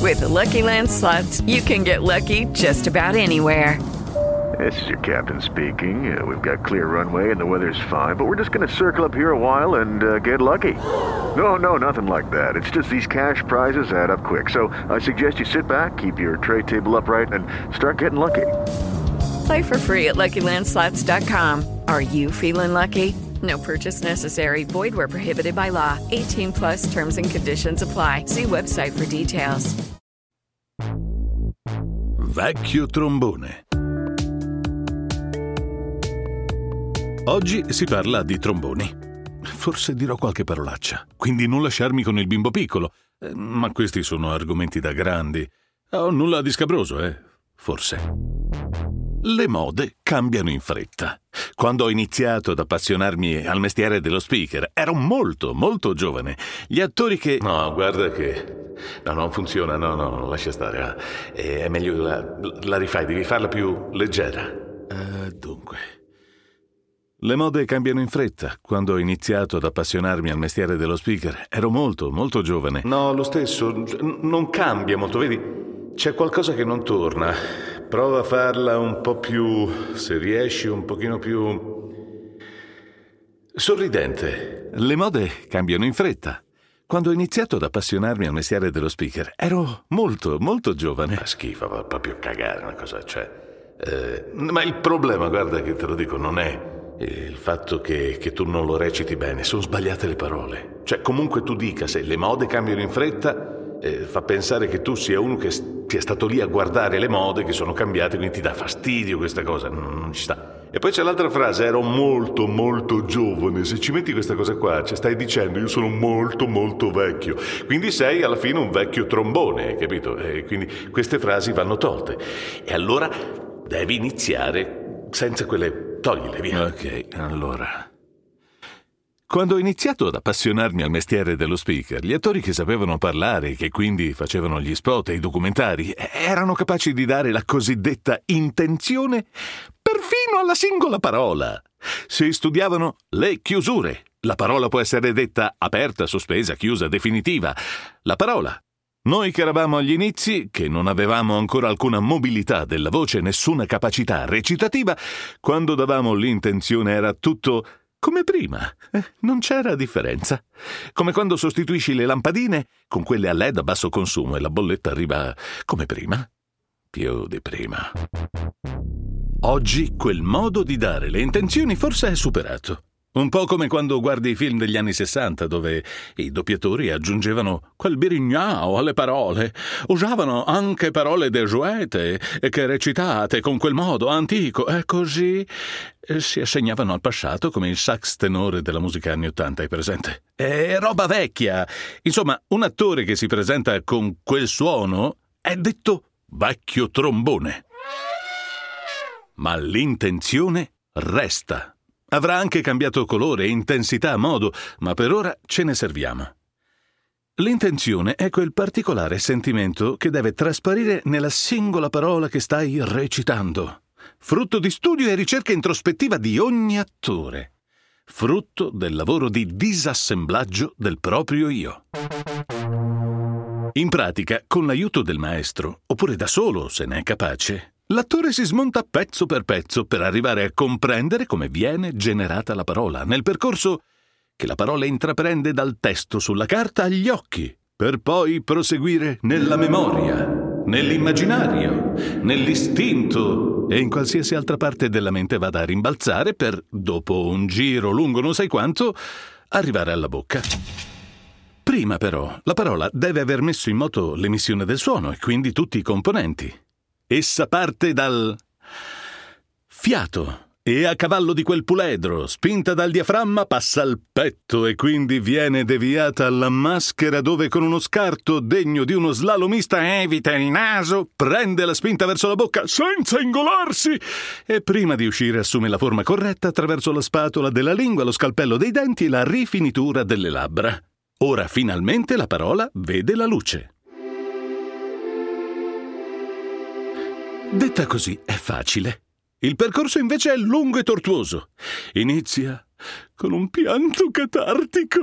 With the Lucky Land Slots, you can get lucky just about anywhere. This is your captain speaking. We've got clear runway and the weather's fine, but we're just going to circle up here a while and get lucky. No, nothing like that. It's just these cash prizes add up quick. So I suggest you sit back, keep your tray table upright, and start getting lucky. Play for free at LuckyLandSlots.com. Are you feeling lucky? No purchase necessary. Void where prohibited by law. 18 plus terms and conditions apply. See website for details. Vecchio trombone. Oggi si parla di tromboni. Forse dirò qualche parolaccia, quindi non lasciarmi con il bimbo piccolo. Ma questi sono argomenti da grandi. Oh, nulla di scabroso, forse. Le mode cambiano in fretta. Quando ho iniziato ad appassionarmi al mestiere dello speaker, ero molto, molto giovane. Gli attori che... No, guarda che... No, non funziona, no, lascia stare. È meglio la rifai, devi farla più leggera. Dunque... Le mode cambiano in fretta. Quando ho iniziato ad appassionarmi al mestiere dello speaker, ero molto, molto giovane. No, lo stesso, non cambia molto, vedi? C'è qualcosa che non torna. Prova a farla un po' più, se riesci, un pochino più... sorridente. Le mode cambiano in fretta. Quando ho iniziato ad appassionarmi al mestiere dello speaker, ero molto, molto giovane. Fa schifo, va proprio a cagare una cosa, ma il problema, guarda che te lo dico, non è il fatto che tu non lo reciti bene, sono sbagliate le parole. Comunque tu dica, se le mode cambiano in fretta, fa pensare che tu sia uno che sia stato lì a guardare le mode che sono cambiate, quindi ti dà fastidio questa cosa, non ci sta. E poi c'è l'altra frase, ero molto molto giovane. Se ci metti questa cosa qua, stai dicendo io sono molto molto vecchio, quindi sei alla fine un vecchio trombone, capito? E quindi queste frasi vanno tolte. E allora devi iniziare senza quelle... Toglile via. Ok, allora... Quando ho iniziato ad appassionarmi al mestiere dello speaker, gli attori che sapevano parlare e che quindi facevano gli spot e i documentari erano capaci di dare la cosiddetta intenzione perfino alla singola parola. Si studiavano le chiusure. La parola può essere detta aperta, sospesa, chiusa, definitiva. La parola. Noi che eravamo agli inizi, che non avevamo ancora alcuna mobilità della voce, nessuna capacità recitativa, quando davamo l'intenzione era tutto come prima. Non c'era differenza. Come quando sostituisci le lampadine con quelle a LED a basso consumo e la bolletta arriva come prima. Più di prima. Oggi quel modo di dare le intenzioni forse è superato. Un po' come quando guardi i film degli anni 60 dove i doppiatori aggiungevano quel birignao alle parole, usavano anche parole desuete che recitate con quel modo antico e così si assegnavano al passato come il sax tenore della musica anni 80, hai presente? È roba vecchia. Insomma, un attore che si presenta con quel suono è detto vecchio trombone. Ma l'intenzione resta. Avrà anche cambiato colore, intensità, modo, ma per ora ce ne serviamo. L'intenzione è quel particolare sentimento che deve trasparire nella singola parola che stai recitando. Frutto di studio e ricerca introspettiva di ogni attore. Frutto del lavoro di disassemblaggio del proprio io. In pratica, con l'aiuto del maestro, oppure da solo se ne è capace, l'attore si smonta pezzo per pezzo per arrivare a comprendere come viene generata la parola, nel percorso che la parola intraprende dal testo sulla carta agli occhi, per poi proseguire nella memoria, nell'immaginario, nell'istinto e in qualsiasi altra parte della mente vada a rimbalzare per, dopo un giro lungo non sai quanto, arrivare alla bocca. Prima però, la parola deve aver messo in moto l'emissione del suono e quindi tutti i componenti. Essa parte dal fiato e a cavallo di quel puledro, spinta dal diaframma, passa al petto e quindi viene deviata alla maschera dove con uno scarto degno di uno slalomista evita il naso, prende la spinta verso la bocca senza ingolarsi e prima di uscire assume la forma corretta attraverso la spatola della lingua, lo scalpello dei denti e la rifinitura delle labbra. Ora finalmente la parola vede la luce. Detta così è facile. Il percorso invece è lungo e tortuoso. Inizia con un pianto catartico.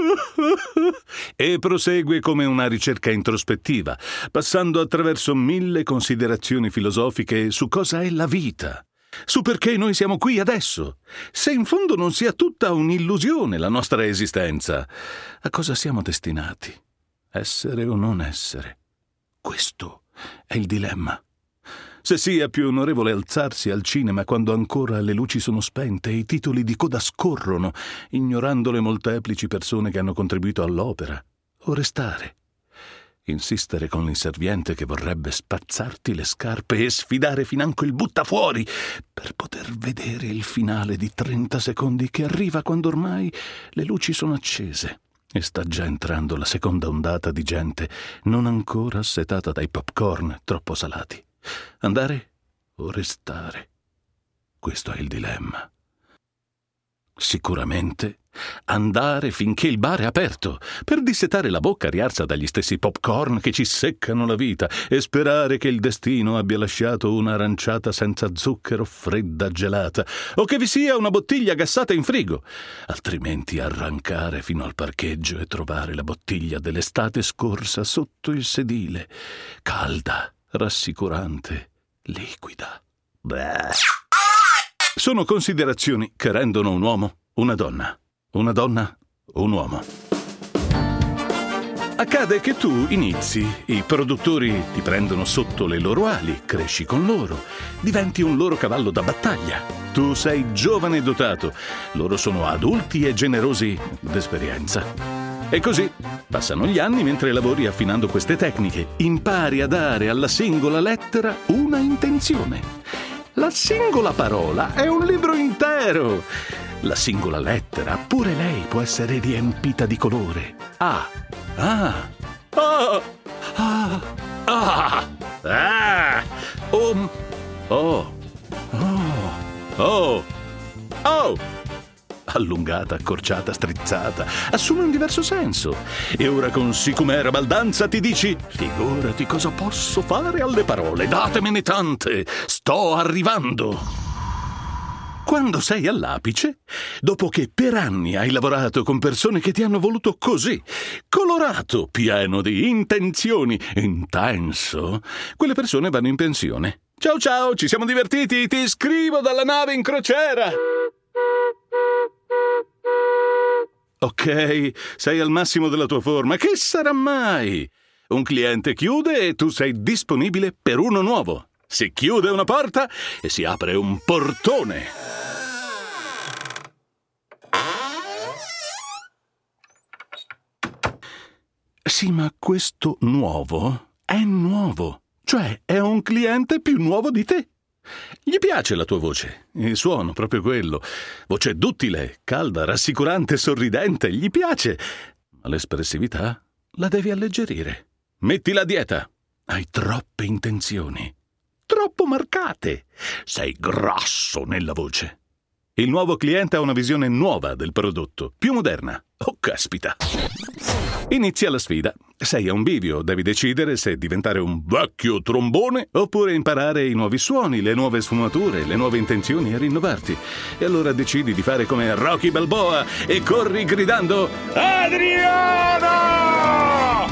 E prosegue come una ricerca introspettiva, passando attraverso 1000 considerazioni filosofiche su cosa è la vita, su perché noi siamo qui adesso, se in fondo non sia tutta un'illusione la nostra esistenza, a cosa siamo destinati, essere o non essere. Questo è il dilemma. Se sia più onorevole alzarsi al cinema quando ancora le luci sono spente e i titoli di coda scorrono, ignorando le molteplici persone che hanno contribuito all'opera, o restare, insistere con l'inserviente che vorrebbe spazzarti le scarpe e sfidare financo il buttafuori per poter vedere il finale di 30 secondi che arriva quando ormai le luci sono accese e sta già entrando la seconda ondata di gente non ancora assetata dai popcorn troppo salati. Andare o restare? Questo è il dilemma. Sicuramente andare finché il bar è aperto, per dissetare la bocca riarsa dagli stessi popcorn che ci seccano la vita e sperare che il destino abbia lasciato un'aranciata senza zucchero fredda gelata o che vi sia una bottiglia gassata in frigo, altrimenti arrancare fino al parcheggio e trovare la bottiglia dell'estate scorsa sotto il sedile, calda, rassicurante, liquida. Beh. Sono considerazioni che rendono un uomo una donna, un uomo. Accade che tu inizi, i produttori ti prendono sotto le loro ali, cresci con loro, diventi un loro cavallo da battaglia. Tu sei giovane e dotato, loro sono adulti e generosi d'esperienza. E così passano gli anni mentre lavori affinando queste tecniche. Impari a dare alla singola lettera una intenzione. La singola parola è un libro intero. La singola lettera, pure lei, può essere riempita di colore. Ah, ah, ah, ah, ah, ah, oh, oh, oh, oh. Allungata, accorciata, strizzata, assume un diverso senso. E ora con sicumera baldanza ti dici: figurati cosa posso fare alle parole, datemene tante, sto arrivando. Quando sei all'apice, dopo che per anni hai lavorato con persone che ti hanno voluto così, colorato, pieno di intenzioni, intenso, quelle persone vanno in pensione. Ciao ciao, ci siamo divertiti, ti scrivo dalla nave in crociera. Ok, sei al massimo della tua forma. Che sarà mai? Un cliente chiude e tu sei disponibile per uno nuovo. Si chiude una porta e si apre un portone. Sì, ma questo nuovo è nuovo. Cioè, è un cliente più nuovo di te. Gli piace la tua voce, il suono, proprio quello. Voce duttile, calda, rassicurante, sorridente, gli piace. Ma l'espressività la devi alleggerire. Mettila a dieta. Hai troppe intenzioni, troppo marcate. Sei grasso nella voce. Il nuovo cliente ha una visione nuova del prodotto, più moderna. Oh, caspita. Inizia la sfida. Sei a un bivio, devi decidere se diventare un vecchio trombone oppure imparare i nuovi suoni, le nuove sfumature, le nuove intenzioni e rinnovarti. E allora decidi di fare come Rocky Balboa e corri gridando: Adriano!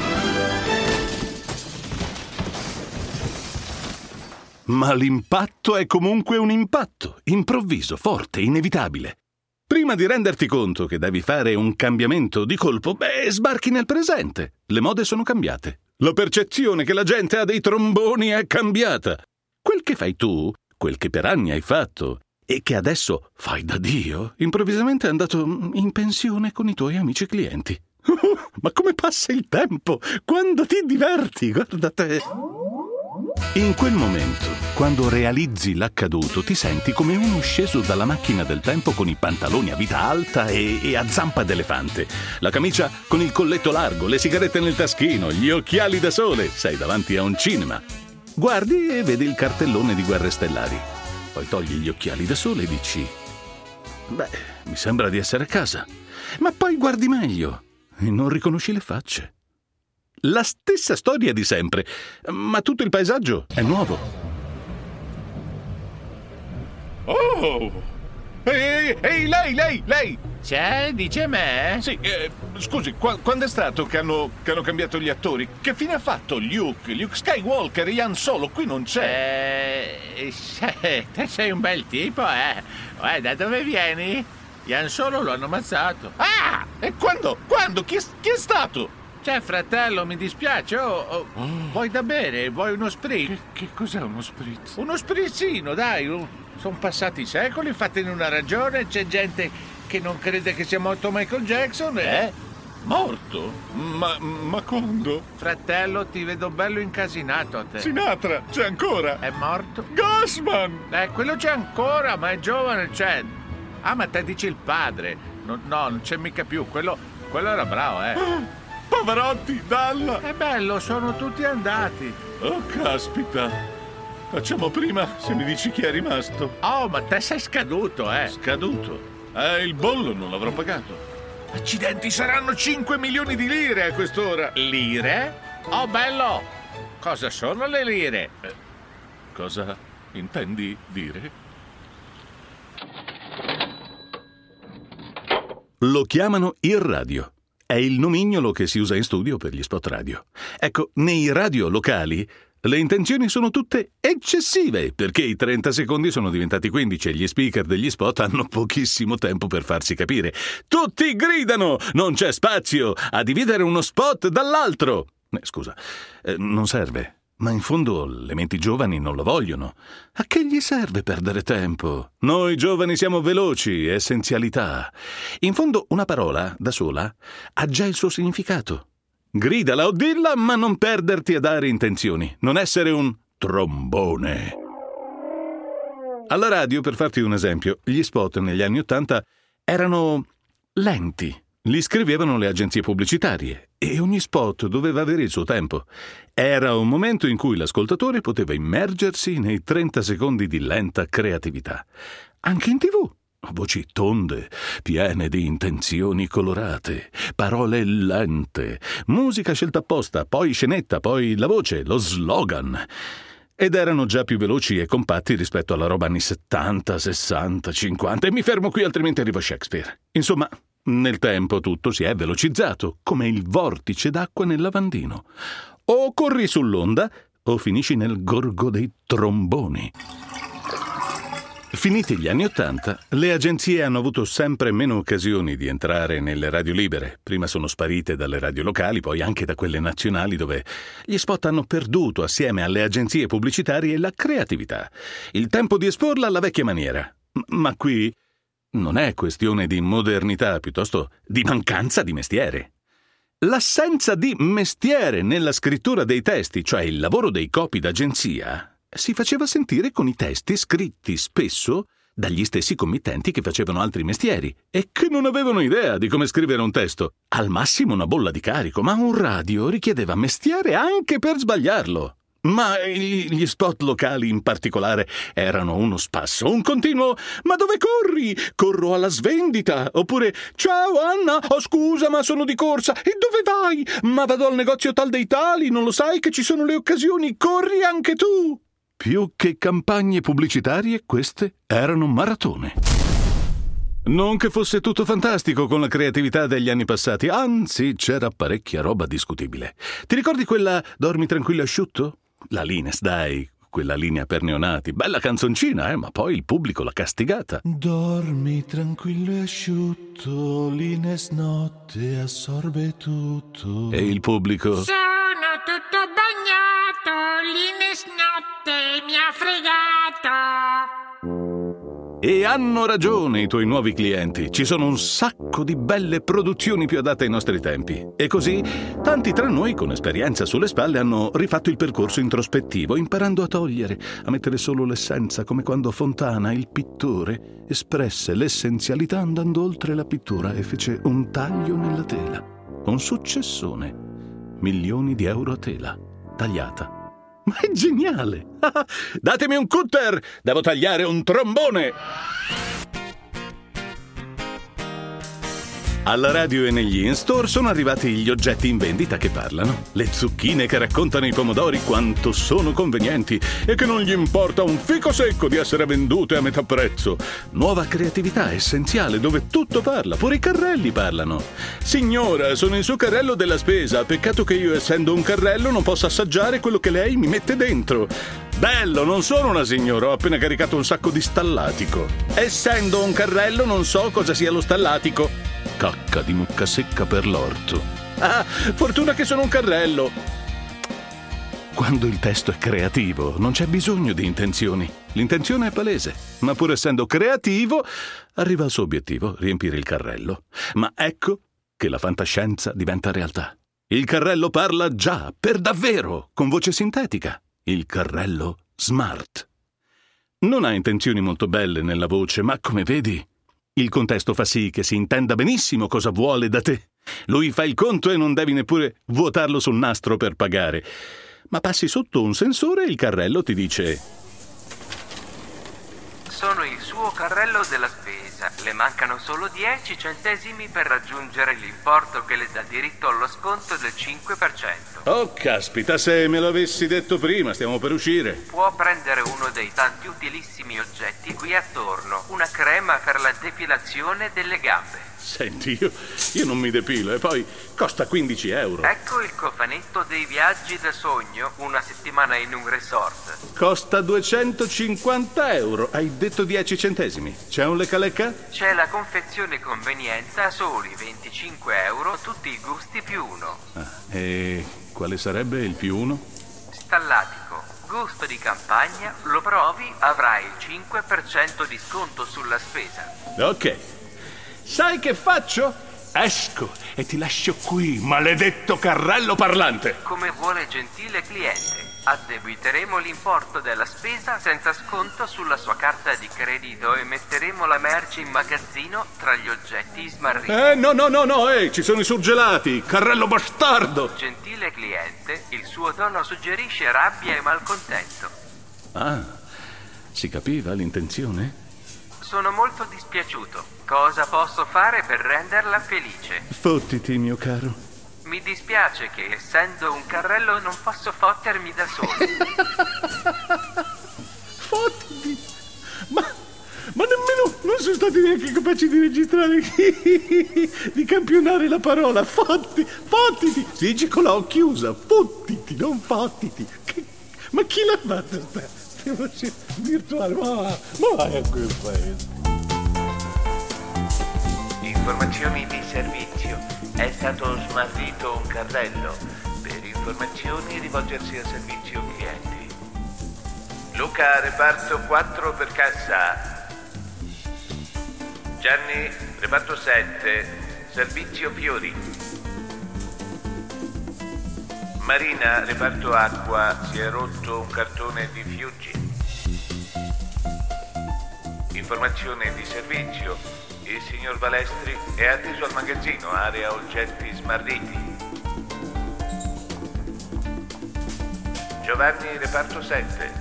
Ma l'impatto è comunque un impatto, improvviso, forte, inevitabile. Prima di renderti conto che devi fare un cambiamento di colpo, sbarchi nel presente. Le mode sono cambiate. La percezione che la gente ha dei tromboni è cambiata. Quel che fai tu, quel che per anni hai fatto e che adesso fai da Dio, improvvisamente è andato in pensione con i tuoi amici clienti. Ma come passa il tempo quando ti diverti, guarda te. In quel momento, quando realizzi l'accaduto, ti senti come uno sceso dalla macchina del tempo con i pantaloni a vita alta e a zampa d'elefante, la camicia con il colletto largo, le sigarette nel taschino, gli occhiali da sole. Sei davanti a un cinema. Guardi e vedi il cartellone di Guerre Stellari. Poi togli gli occhiali da sole e dici: mi sembra di essere a casa. Ma poi guardi meglio e non riconosci le facce. La stessa storia di sempre, ma tutto il paesaggio è nuovo. Oh! Ehi, lei! C'è? Dice me? Sì, scusi, quando è stato che hanno cambiato gli attori? Che fine ha fatto Luke Skywalker e Han Solo? Qui non c'è. Te sei un bel tipo, da dove vieni? Han Solo lo hanno ammazzato. Ah! E quando? Chi è stato? Fratello, mi dispiace. Vuoi da bere? Vuoi uno spritz? Che cos'è uno spritz? Uno sprizzino, dai. Sono passati secoli, fatene una ragione. C'è gente che non crede che sia morto Michael Jackson. Morto? Ma quando? Fratello, ti vedo bello incasinato a te. Sinatra, c'è ancora? È morto? Gassman! Quello c'è ancora, ma è giovane, c'è. Ah, ma te dici il padre. No, non c'è mica più. Quello era bravo, Pavarotti, Dalla! È bello, sono tutti andati. Oh, caspita! Facciamo prima se mi dici chi è rimasto. Oh, ma te sei scaduto, Scaduto? Il bollo non l'avrò pagato. Accidenti, saranno 5 milioni di lire a quest'ora. Lire? Oh, bello! Cosa sono le lire? Cosa intendi dire? Lo chiamano il radio. È il nomignolo che si usa in studio per gli spot radio. Ecco, nei radio locali le intenzioni sono tutte eccessive, perché i 30 secondi sono diventati 15 e gli speaker degli spot hanno pochissimo tempo per farsi capire. Tutti gridano! Non c'è spazio a dividere uno spot dall'altro! Scusa, non serve. Ma in fondo le menti giovani non lo vogliono. A che gli serve perdere tempo? Noi giovani siamo veloci, essenzialità. In fondo una parola, da sola, ha già il suo significato. Gridala o dilla, ma non perderti a dare intenzioni. Non essere un trombone. Alla radio, per farti un esempio, gli spot negli anni '80 erano lenti. Li scrivevano le agenzie pubblicitarie e ogni spot doveva avere il suo tempo. Era un momento in cui l'ascoltatore poteva immergersi nei 30 secondi di lenta creatività. Anche in TV. Voci tonde, piene di intenzioni colorate, parole lente, musica scelta apposta, poi scenetta, poi la voce, lo slogan. Ed erano già più veloci e compatti rispetto alla roba anni 70, 60, 50. E mi fermo qui, altrimenti arriva Shakespeare. Insomma, nel tempo tutto si è velocizzato, come il vortice d'acqua nel lavandino. O corri sull'onda, o finisci nel gorgo dei tromboni. Finiti gli anni '80, le agenzie hanno avuto sempre meno occasioni di entrare nelle radio libere. Prima sono sparite dalle radio locali, poi anche da quelle nazionali, dove gli spot hanno perduto, assieme alle agenzie pubblicitarie, la creatività. Il tempo di esporla alla vecchia maniera. Ma qui non è questione di modernità, piuttosto di mancanza di mestiere. L'assenza di mestiere nella scrittura dei testi, cioè il lavoro dei copi d'agenzia, si faceva sentire con i testi scritti spesso dagli stessi committenti che facevano altri mestieri e che non avevano idea di come scrivere un testo. Al massimo una bolla di carico, ma un radio richiedeva mestiere anche per sbagliarlo. Ma gli spot locali in particolare erano uno spasso, un continuo «Ma dove corri? Corro alla svendita!» Oppure «Ciao Anna, oh scusa ma sono di corsa, e dove vai? Ma vado al negozio tal dei tali, non lo sai che ci sono le occasioni, corri anche tu!» Più che campagne pubblicitarie, queste erano maratone. Non che fosse tutto fantastico con la creatività degli anni passati, anzi c'era parecchia roba discutibile. Ti ricordi quella «Dormi tranquillo asciutto»? La Lines, dai, quella linea per neonati. Bella canzoncina, ma poi il pubblico l'ha castigata. Dormi tranquillo e asciutto, Lines notte assorbe tutto. E il pubblico? Sono tutto bagnato, Lines notte mi ha fregato. E hanno ragione i tuoi nuovi clienti. Ci sono un sacco di belle produzioni più adatte ai nostri tempi. E così, tanti tra noi, con esperienza sulle spalle, hanno rifatto il percorso introspettivo, imparando a togliere, a mettere solo l'essenza, come quando Fontana, il pittore, espresse l'essenzialità andando oltre la pittura e fece un taglio nella tela. Un successone. Milioni di euro a tela, tagliata. Ma è geniale! Datemi un cutter! Devo tagliare un trombone! Alla radio e negli in-store sono arrivati gli oggetti in vendita che parlano. Le zucchine che raccontano i pomodori quanto sono convenienti e che non gli importa un fico secco di essere vendute a metà prezzo. Nuova creatività essenziale dove tutto parla, pure i carrelli parlano. Signora, sono il suo carrello della spesa. Peccato che io, essendo un carrello, non possa assaggiare quello che lei mi mette dentro. Bello, non sono una signora, ho appena caricato un sacco di stallatico. Essendo un carrello non so cosa sia lo stallatico. Cacca di mucca secca per l'orto. Ah, fortuna che sono un carrello. Quando il testo è creativo non c'è bisogno di intenzioni. L'intenzione è palese, ma pur essendo creativo arriva al suo obiettivo, riempire il carrello. Ma ecco che la fantascienza diventa realtà. Il carrello parla già, per davvero, con voce sintetica. Il carrello smart. Non ha intenzioni molto belle nella voce, ma come vedi, il contesto fa sì che si intenda benissimo cosa vuole da te. Lui fa il conto e non devi neppure vuotarlo sul nastro per pagare. Ma passi sotto un sensore e il carrello ti dice: sono il suo carrello della spesa. Le mancano solo 10 centesimi per raggiungere l'importo che le dà diritto allo sconto del 5%. Oh, caspita, se me lo avessi detto prima, stiamo per uscire. Può prendere uno dei tanti utilissimi oggetti qui attorno. Una crema per la depilazione delle gambe. Senti, io non mi depilo e poi costa 15 euro. Ecco il cofanetto dei viaggi da sogno, una settimana in un resort. Costa 250 euro. Hai detto 10 centesimi. C'è un lecca-lecca? C'è la confezione convenienza, soli 25 euro, tutti i gusti più uno. E quale sarebbe il più uno? Stallatico, gusto di campagna, lo provi, avrai il 5% di sconto sulla spesa. Ok. Sai che faccio? Esco e ti lascio qui, maledetto carrello parlante. Come vuole gentile cliente, addebiteremo l'importo della spesa senza sconto sulla sua carta di credito e metteremo la merce in magazzino tra gli oggetti smarriti. No, ci sono i surgelati, carrello bastardo. Gentile cliente, il suo tono suggerisce rabbia e malcontento. Ah, si capiva l'intenzione? Sono molto dispiaciuto. Cosa posso fare per renderla felice? Fottiti, mio caro. Mi dispiace che, essendo un carrello, non posso fottermi da solo. Fottiti? Ma nemmeno non sono stati neanche capaci di registrare, di campionare la parola. Fottiti. Si dice con la O chiusa. Fottiti, non fottiti. Ma chi l'ha fatto? Virtuale, ma vai a quel paese. Informazioni di servizio. È stato smarrito un carrello. Per informazioni rivolgersi al servizio clienti. Luca, reparto 4 per cassa. Gianni, reparto 7, servizio fiori. Marina, reparto acqua, si è rotto un cartone di Fiuggi. Informazione di servizio. Il signor Balestri è atteso al magazzino, area oggetti smarriti. Giovanni, reparto 7.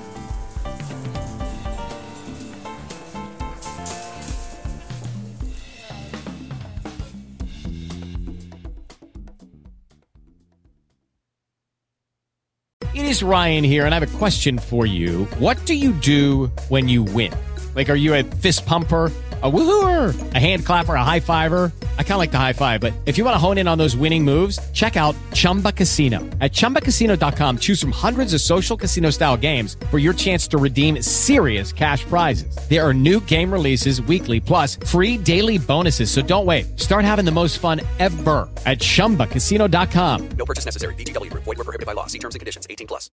It is Ryan here, and I have a question for you. What do you do when you win? Like, are you a fist pumper, a woohooer, a hand clapper, a high fiver? I kind of like the high five, but if you want to hone in on those winning moves, check out Chumba Casino. At ChumbaCasino.com, choose from hundreds of social casino-style games for your chance to redeem serious cash prizes. There are new game releases weekly, plus free daily bonuses. So don't wait. Start having the most fun ever at ChumbaCasino.com. No purchase necessary. VGW Group. Void where prohibited by law. See terms and conditions. 18+.